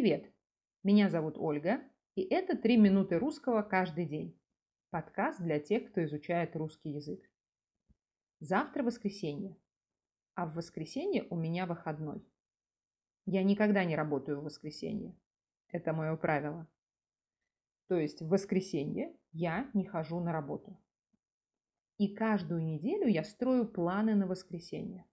Привет! Меня зовут Ольга, и это 3 минуты русского каждый день. Подкаст для тех, кто изучает русский язык. Завтра воскресенье, а в воскресенье у меня выходной. Я никогда не работаю в воскресенье. Это мое правило. То есть в воскресенье я не хожу на работу. И каждую неделю я строю планы на воскресенье.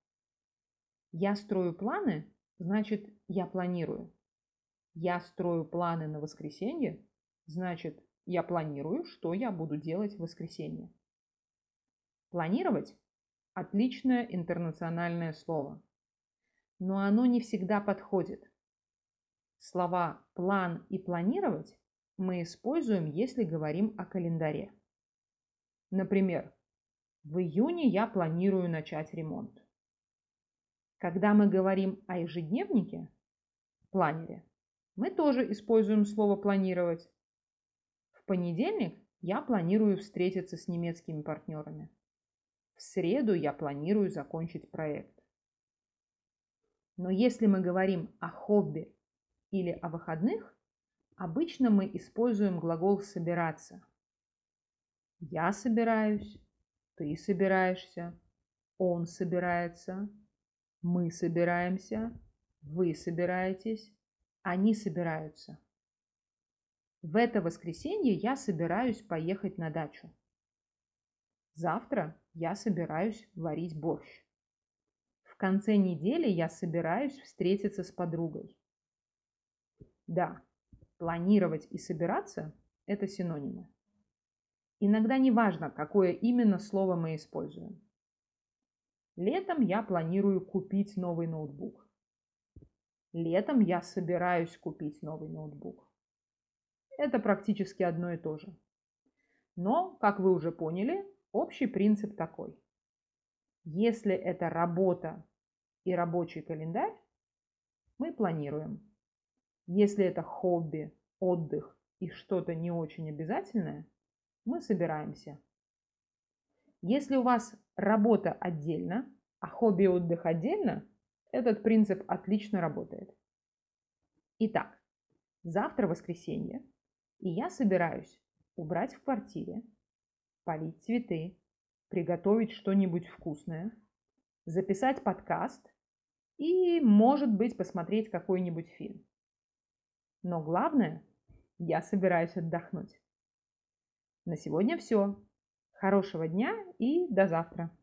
Я строю планы, значит, я планирую. Я строю планы на воскресенье, значит, я планирую, что я буду делать в воскресенье. Планировать– отличное интернациональное слово, но оно не всегда подходит. Слова «план» и «планировать» мы используем, если говорим о календаре. Например, в июне я планирую начать ремонт. Когда мы говорим о ежедневнике, планере, мы тоже используем слово «планировать». В понедельник я планирую встретиться с немецкими партнерами. В среду я планирую закончить проект. Но если мы говорим о хобби или о выходных, обычно мы используем глагол «собираться». Я собираюсь, ты собираешься, он собирается, мы собираемся, вы собираетесь, они собираются. В это воскресенье я собираюсь поехать на дачу. Завтра я собираюсь варить борщ. В конце недели я собираюсь встретиться с подругой. Да, планировать и собираться – это синонимы. Иногда не важно, какое именно слово мы используем. Летом я планирую купить новый ноутбук. Летом я собираюсь купить новый ноутбук. Это практически одно и то же. Но, как вы уже поняли, общий принцип такой. Если это работа и рабочий календарь, мы планируем. Если это хобби, отдых и что-то не очень обязательное, мы собираемся. Если у вас работа отдельно, а хобби и отдых отдельно, этот принцип отлично работает. Итак, завтра воскресенье, и я собираюсь убрать в квартире, полить цветы, приготовить что-нибудь вкусное, записать подкаст и, может быть, посмотреть какой-нибудь фильм. Но главное, я собираюсь отдохнуть. На сегодня все. Хорошего дня и до завтра.